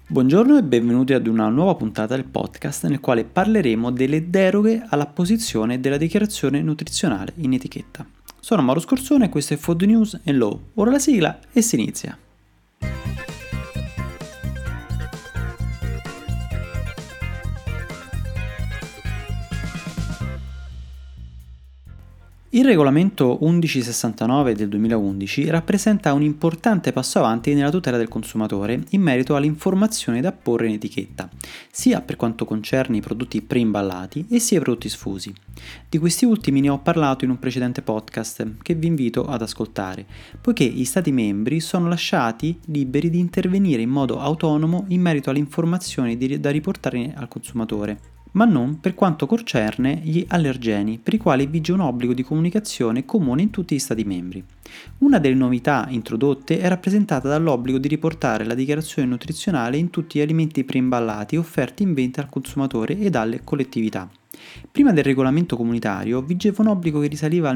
Buongiorno e benvenuti ad una nuova puntata del podcast nel quale parleremo delle deroghe all'apposizione della dichiarazione nutrizionale in etichetta. Sono Mauro Scorsone e questo è Food News and Law. Ora la sigla e si inizia. Il regolamento 1169 del 2011 rappresenta un importante passo avanti nella tutela del consumatore in merito alle informazioni da apporre in etichetta, sia per quanto concerne i prodotti preimballati e sia i prodotti sfusi. Di questi ultimi ne ho parlato in un precedente podcast che vi invito ad ascoltare, poiché gli Stati membri sono lasciati liberi di intervenire in modo autonomo in merito alle informazioni da riportare al consumatore, ma non per quanto concerne gli allergeni, per i quali vige un obbligo di comunicazione comune in tutti gli Stati membri. Una delle novità introdotte è rappresentata dall'obbligo di riportare la dichiarazione nutrizionale in tutti gli alimenti preimballati offerti in vendita al consumatore ed alle collettività. Prima del regolamento comunitario vigeva un obbligo che risaliva al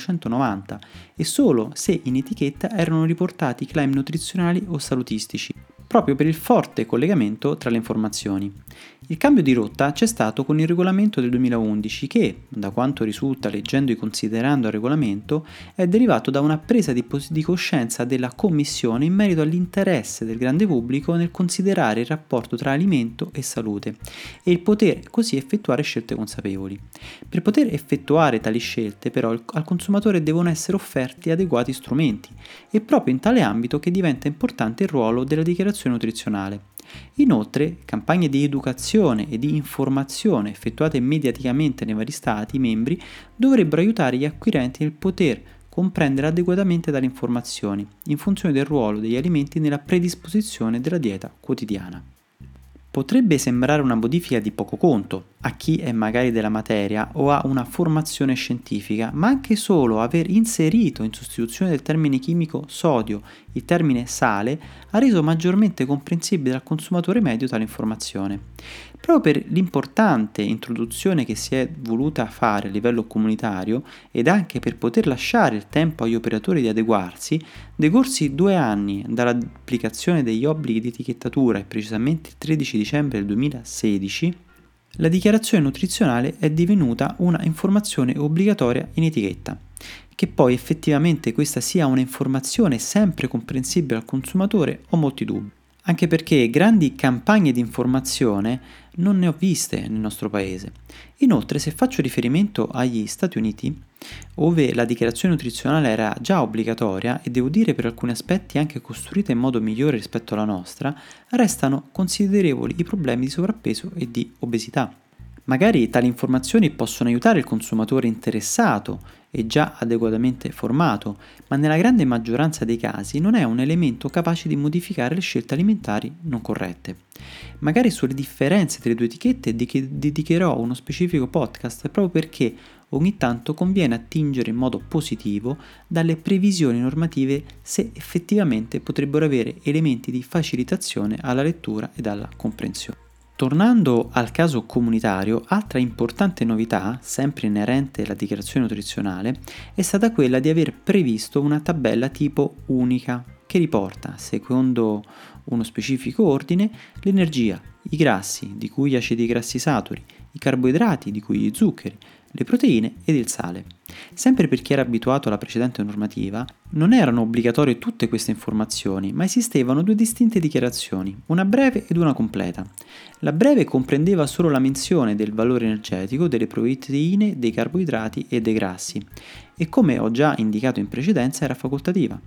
1990 e solo se in etichetta erano riportati claim nutrizionali o salutistici, proprio per il forte collegamento tra le informazioni. Il cambio di rotta c'è stato con il regolamento del 2011 che, da quanto risulta leggendo e considerando il regolamento, è derivato da una presa di coscienza della Commissione in merito all'interesse del grande pubblico nel considerare il rapporto tra alimento e salute e il poter così effettuare scelte consapevoli. Per poter effettuare tali scelte però al consumatore devono essere offerti adeguati strumenti, è proprio in tale ambito che diventa importante il ruolo della dichiarazione nutrizionale. Inoltre, campagne di educazione e di informazione effettuate mediaticamente nei vari Stati membri dovrebbero aiutare gli acquirenti nel poter comprendere adeguatamente tali informazioni, in funzione del ruolo degli alimenti nella predisposizione della dieta quotidiana. Potrebbe sembrare una modifica di poco conto a chi è magari della materia o ha una formazione scientifica, ma anche solo aver inserito in sostituzione del termine chimico sodio il termine sale ha reso maggiormente comprensibile al consumatore medio tale informazione. Proprio per l'importante introduzione che si è voluta fare a livello comunitario ed anche per poter lasciare il tempo agli operatori di adeguarsi, decorsi 2 anni dall'applicazione degli obblighi di etichettatura e precisamente il 13 dicembre del 2016, la dichiarazione nutrizionale è divenuta una informazione obbligatoria in etichetta. Che poi effettivamente questa sia una informazione sempre comprensibile al consumatore ho molti dubbi, anche perché grandi campagne di informazione non ne ho viste nel nostro paese. Inoltre, se faccio riferimento agli Stati Uniti, dove la dichiarazione nutrizionale era già obbligatoria e devo dire per alcuni aspetti anche costruita in modo migliore rispetto alla nostra, restano considerevoli i problemi di sovrappeso e di obesità. Magari tali informazioni possono aiutare il consumatore interessato e già adeguatamente formato, ma nella grande maggioranza dei casi non è un elemento capace di modificare le scelte alimentari non corrette. Magari sulle differenze tra le due etichette dedicherò uno specifico podcast proprio perché ogni tanto conviene attingere in modo positivo dalle previsioni normative se effettivamente potrebbero avere elementi di facilitazione alla lettura ed alla comprensione. Tornando al caso comunitario, altra importante novità, sempre inerente alla dichiarazione nutrizionale, è stata quella di aver previsto una tabella tipo unica che riporta, secondo uno specifico ordine, l'energia, i grassi, di cui gli acidi grassi saturi, i carboidrati, di cui gli zuccheri, le proteine ed il sale. Sempre per chi era abituato alla precedente normativa, non erano obbligatorie tutte queste informazioni, ma esistevano 2 distinte dichiarazioni, una breve ed una completa. La breve comprendeva solo la menzione del valore energetico, delle proteine, dei carboidrati e dei grassi, e come ho già indicato in precedenza era facoltativa.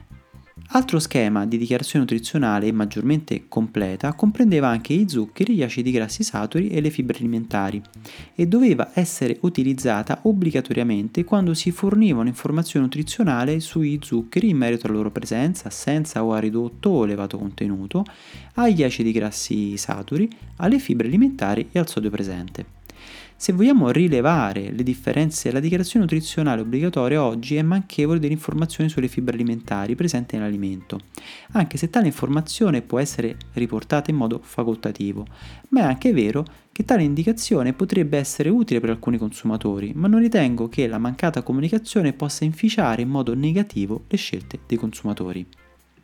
Altro schema di dichiarazione nutrizionale maggiormente completa comprendeva anche i zuccheri, gli acidi grassi saturi e le fibre alimentari e doveva essere utilizzata obbligatoriamente quando si forniva un'informazione nutrizionale sui zuccheri in merito alla loro presenza, assenza o a ridotto o elevato contenuto, agli acidi grassi saturi, alle fibre alimentari e al sodio presente. Se vogliamo rilevare le differenze, la dichiarazione nutrizionale obbligatoria oggi è manchevole delle informazioni sulle fibre alimentari presenti nell'alimento, anche se tale informazione può essere riportata in modo facoltativo, ma è anche vero che tale indicazione potrebbe essere utile per alcuni consumatori, ma non ritengo che la mancata comunicazione possa inficiare in modo negativo le scelte dei consumatori.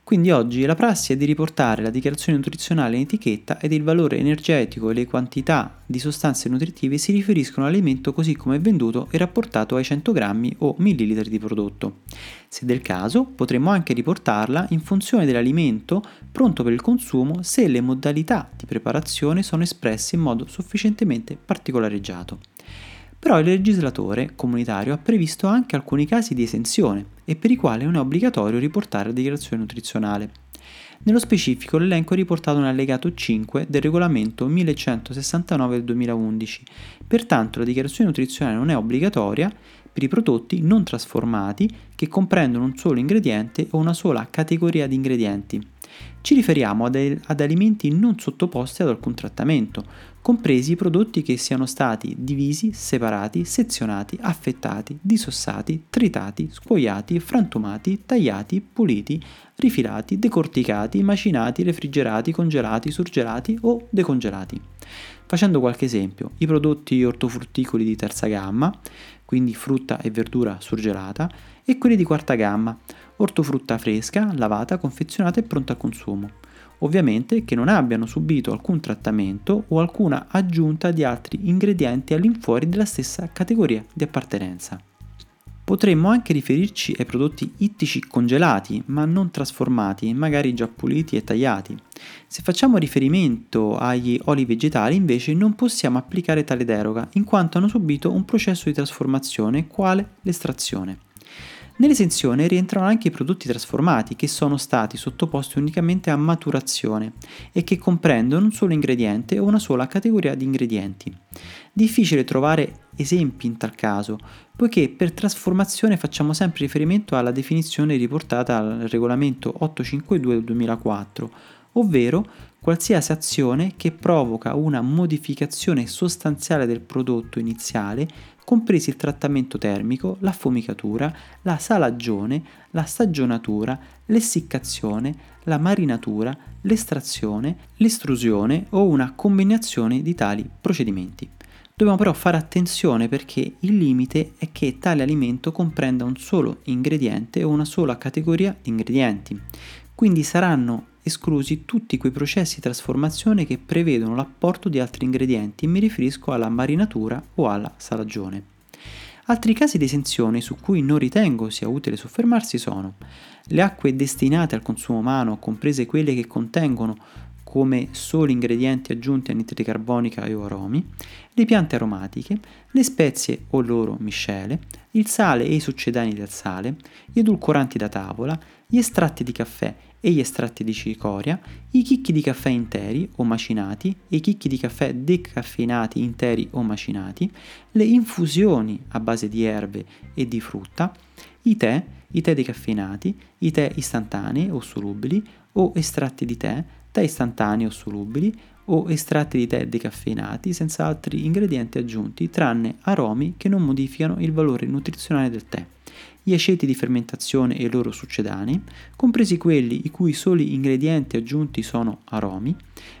Quindi oggi la prassi è di riportare la dichiarazione nutrizionale in etichetta ed il valore energetico e le quantità di sostanze nutritive si riferiscono all'alimento così come è venduto e rapportato ai 100 grammi o millilitri di prodotto. Se del caso, potremmo anche riportarla in funzione dell'alimento pronto per il consumo se le modalità di preparazione sono espresse in modo sufficientemente particolareggiato. Però il legislatore comunitario ha previsto anche alcuni casi di esenzione e per i quali non è obbligatorio riportare la dichiarazione nutrizionale. Nello specifico l'elenco è riportato nell'allegato 5 del regolamento 1169 del 2011, pertanto la dichiarazione nutrizionale non è obbligatoria per i prodotti non trasformati che comprendono un solo ingrediente o una sola categoria di ingredienti. Ci riferiamo ad alimenti non sottoposti ad alcun trattamento, compresi i prodotti che siano stati divisi, separati, sezionati, affettati, disossati, tritati, scuoiati, frantumati, tagliati, puliti, rifilati, decorticati, macinati, refrigerati, congelati, surgelati o decongelati. Facendo qualche esempio, i prodotti ortofrutticoli di terza gamma, quindi frutta e verdura surgelata, e quelli di quarta gamma, ortofrutta fresca, lavata, confezionata e pronta al consumo. Ovviamente che non abbiano subito alcun trattamento o alcuna aggiunta di altri ingredienti all'infuori della stessa categoria di appartenenza. Potremmo anche riferirci ai prodotti ittici congelati, ma non trasformati, magari già puliti e tagliati. Se facciamo riferimento agli oli vegetali, invece, non possiamo applicare tale deroga, in quanto hanno subito un processo di trasformazione, quale l'estrazione. Nell'esenzione rientrano anche i prodotti trasformati che sono stati sottoposti unicamente a maturazione e che comprendono un solo ingrediente o una sola categoria di ingredienti. Difficile trovare esempi in tal caso, poiché per trasformazione facciamo sempre riferimento alla definizione riportata al regolamento 852 del 2004, ovvero qualsiasi azione che provoca una modificazione sostanziale del prodotto iniziale, compresi il trattamento termico, l'affumicatura, la salagione, la stagionatura, l'essiccazione, la marinatura, l'estrazione, l'estrusione o una combinazione di tali procedimenti. Dobbiamo però fare attenzione perché il limite è che tale alimento comprenda un solo ingrediente o una sola categoria di ingredienti, quindi saranno esclusi tutti quei processi di trasformazione che prevedono l'apporto di altri ingredienti e mi riferisco alla marinatura o alla salagione. Altri casi di esenzione su cui non ritengo sia utile soffermarsi sono le acque destinate al consumo umano, comprese quelle che contengono come soli ingredienti aggiunti anidride carbonica e o aromi, le piante aromatiche, le spezie o loro miscele, il sale e i succedani del sale, gli edulcoranti da tavola, gli estratti di caffè e gli estratti di cicoria, i chicchi di caffè interi o macinati e i chicchi di caffè decaffeinati interi o macinati, le infusioni a base di erbe e di frutta, i tè decaffeinati, i tè istantanei o solubili o estratti di tè istantanei o solubili o estratti di tè decaffeinati senza altri ingredienti aggiunti tranne aromi che non modificano il valore nutrizionale del tè, gli aceti di fermentazione e i loro succedani, compresi quelli i cui soli ingredienti aggiunti sono aromi,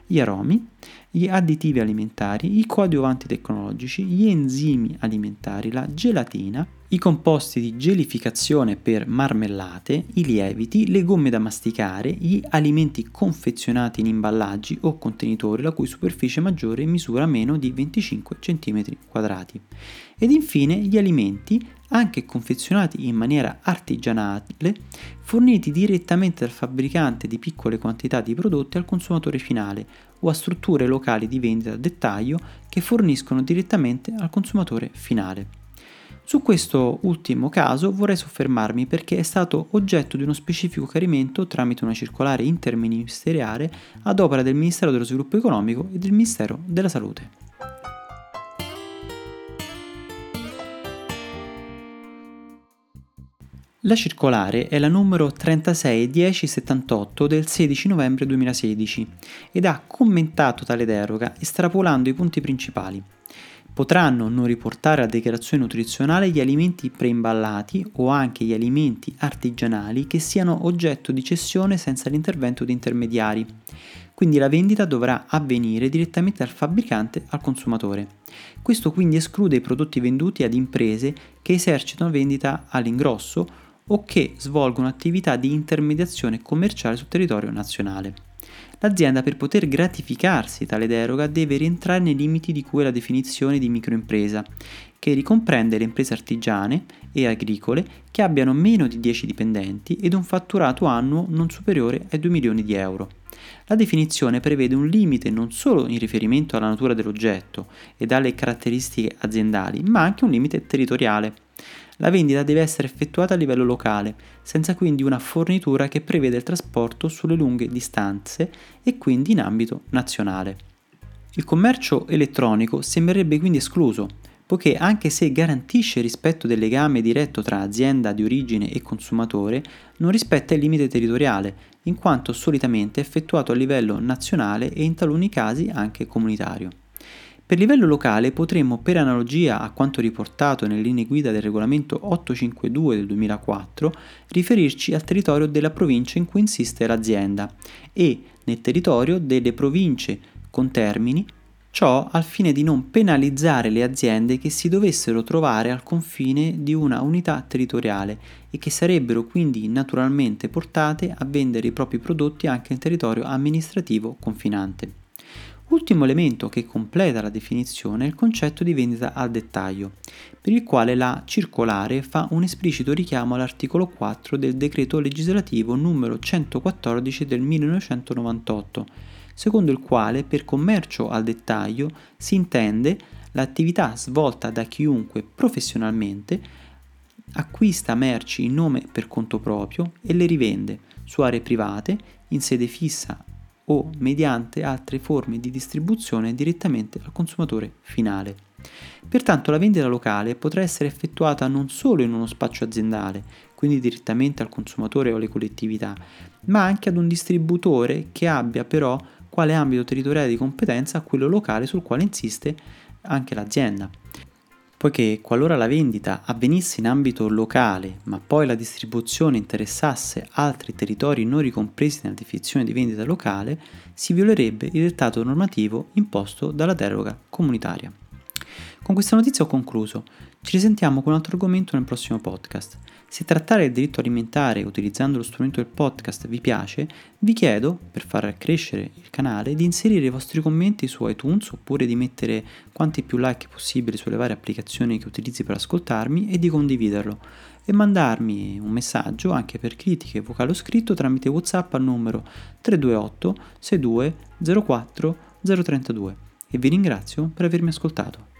gli additivi alimentari, i coadiuvanti tecnologici, gli enzimi alimentari, la gelatina, i composti di gelificazione per marmellate, i lieviti, le gomme da masticare, gli alimenti confezionati in imballaggi o contenitori la cui superficie maggiore misura meno di 25 cm². Ed infine gli alimenti, anche confezionati in maniera artigianale, forniti direttamente dal fabbricante di piccole quantità di prodotti al consumatore finale o a strutture locali di vendita a dettaglio che forniscono direttamente al consumatore finale. Su questo ultimo caso vorrei soffermarmi perché è stato oggetto di uno specifico chiarimento tramite una circolare interministeriale ad opera del Ministero dello Sviluppo Economico e del Ministero della Salute. La circolare è la numero 361078 del 16 novembre 2016 ed ha commentato tale deroga estrapolando i punti principali. Potranno non riportare alla dichiarazione nutrizionale gli alimenti preimballati o anche gli alimenti artigianali che siano oggetto di cessione senza l'intervento di intermediari. Quindi la vendita dovrà avvenire direttamente dal fabbricante al consumatore. Questo quindi esclude i prodotti venduti ad imprese che esercitano vendita all'ingrosso o che svolgono attività di intermediazione commerciale sul territorio nazionale. L'azienda, per poter gratificarsi tale deroga, deve rientrare nei limiti di cui è la definizione di microimpresa, che ricomprende le imprese artigiane e agricole che abbiano meno di 10 dipendenti ed un fatturato annuo non superiore ai 2 milioni di euro. La definizione prevede un limite non solo in riferimento alla natura dell'oggetto ed alle caratteristiche aziendali, ma anche un limite territoriale. La vendita deve essere effettuata a livello locale, senza quindi una fornitura che prevede il trasporto sulle lunghe distanze e quindi in ambito nazionale. Il commercio elettronico sembrerebbe quindi escluso, poiché anche se garantisce il rispetto del legame diretto tra azienda di origine e consumatore, non rispetta il limite territoriale, in quanto solitamente è effettuato a livello nazionale e in taluni casi anche comunitario. Per livello locale potremmo, per analogia a quanto riportato nelle linee guida del regolamento 852 del 2004, riferirci al territorio della provincia in cui insiste l'azienda e nel territorio delle province contermini, ciò al fine di non penalizzare le aziende che si dovessero trovare al confine di una unità territoriale e che sarebbero quindi naturalmente portate a vendere i propri prodotti anche in territorio amministrativo confinante. Ultimo elemento che completa la definizione è il concetto di vendita al dettaglio, per il quale la circolare fa un esplicito richiamo all'articolo 4 del decreto legislativo numero 114 del 1998, secondo il quale per commercio al dettaglio si intende l'attività svolta da chiunque professionalmente acquista merci in nome per conto proprio e le rivende su aree private, in sede fissa o mediante altre forme di distribuzione direttamente al consumatore finale. Pertanto la vendita locale potrà essere effettuata non solo in uno spazio aziendale, quindi direttamente al consumatore o alle collettività, ma anche ad un distributore che abbia però quale ambito territoriale di competenza quello locale sul quale insiste anche l'azienda. Poiché qualora la vendita avvenisse in ambito locale, ma poi la distribuzione interessasse altri territori non ricompresi nella definizione di vendita locale, si violerebbe il dettato normativo imposto dalla deroga comunitaria. Con questa notizia ho concluso. Ci risentiamo con un altro argomento nel prossimo podcast. Se trattare del diritto alimentare utilizzando lo strumento del podcast vi piace, vi chiedo, per far crescere il canale, di inserire i vostri commenti su iTunes oppure di mettere quanti più like possibile sulle varie applicazioni che utilizzi per ascoltarmi e di condividerlo e mandarmi un messaggio anche per critiche vocale o scritto tramite WhatsApp al numero 328 62 04 032 e vi ringrazio per avermi ascoltato.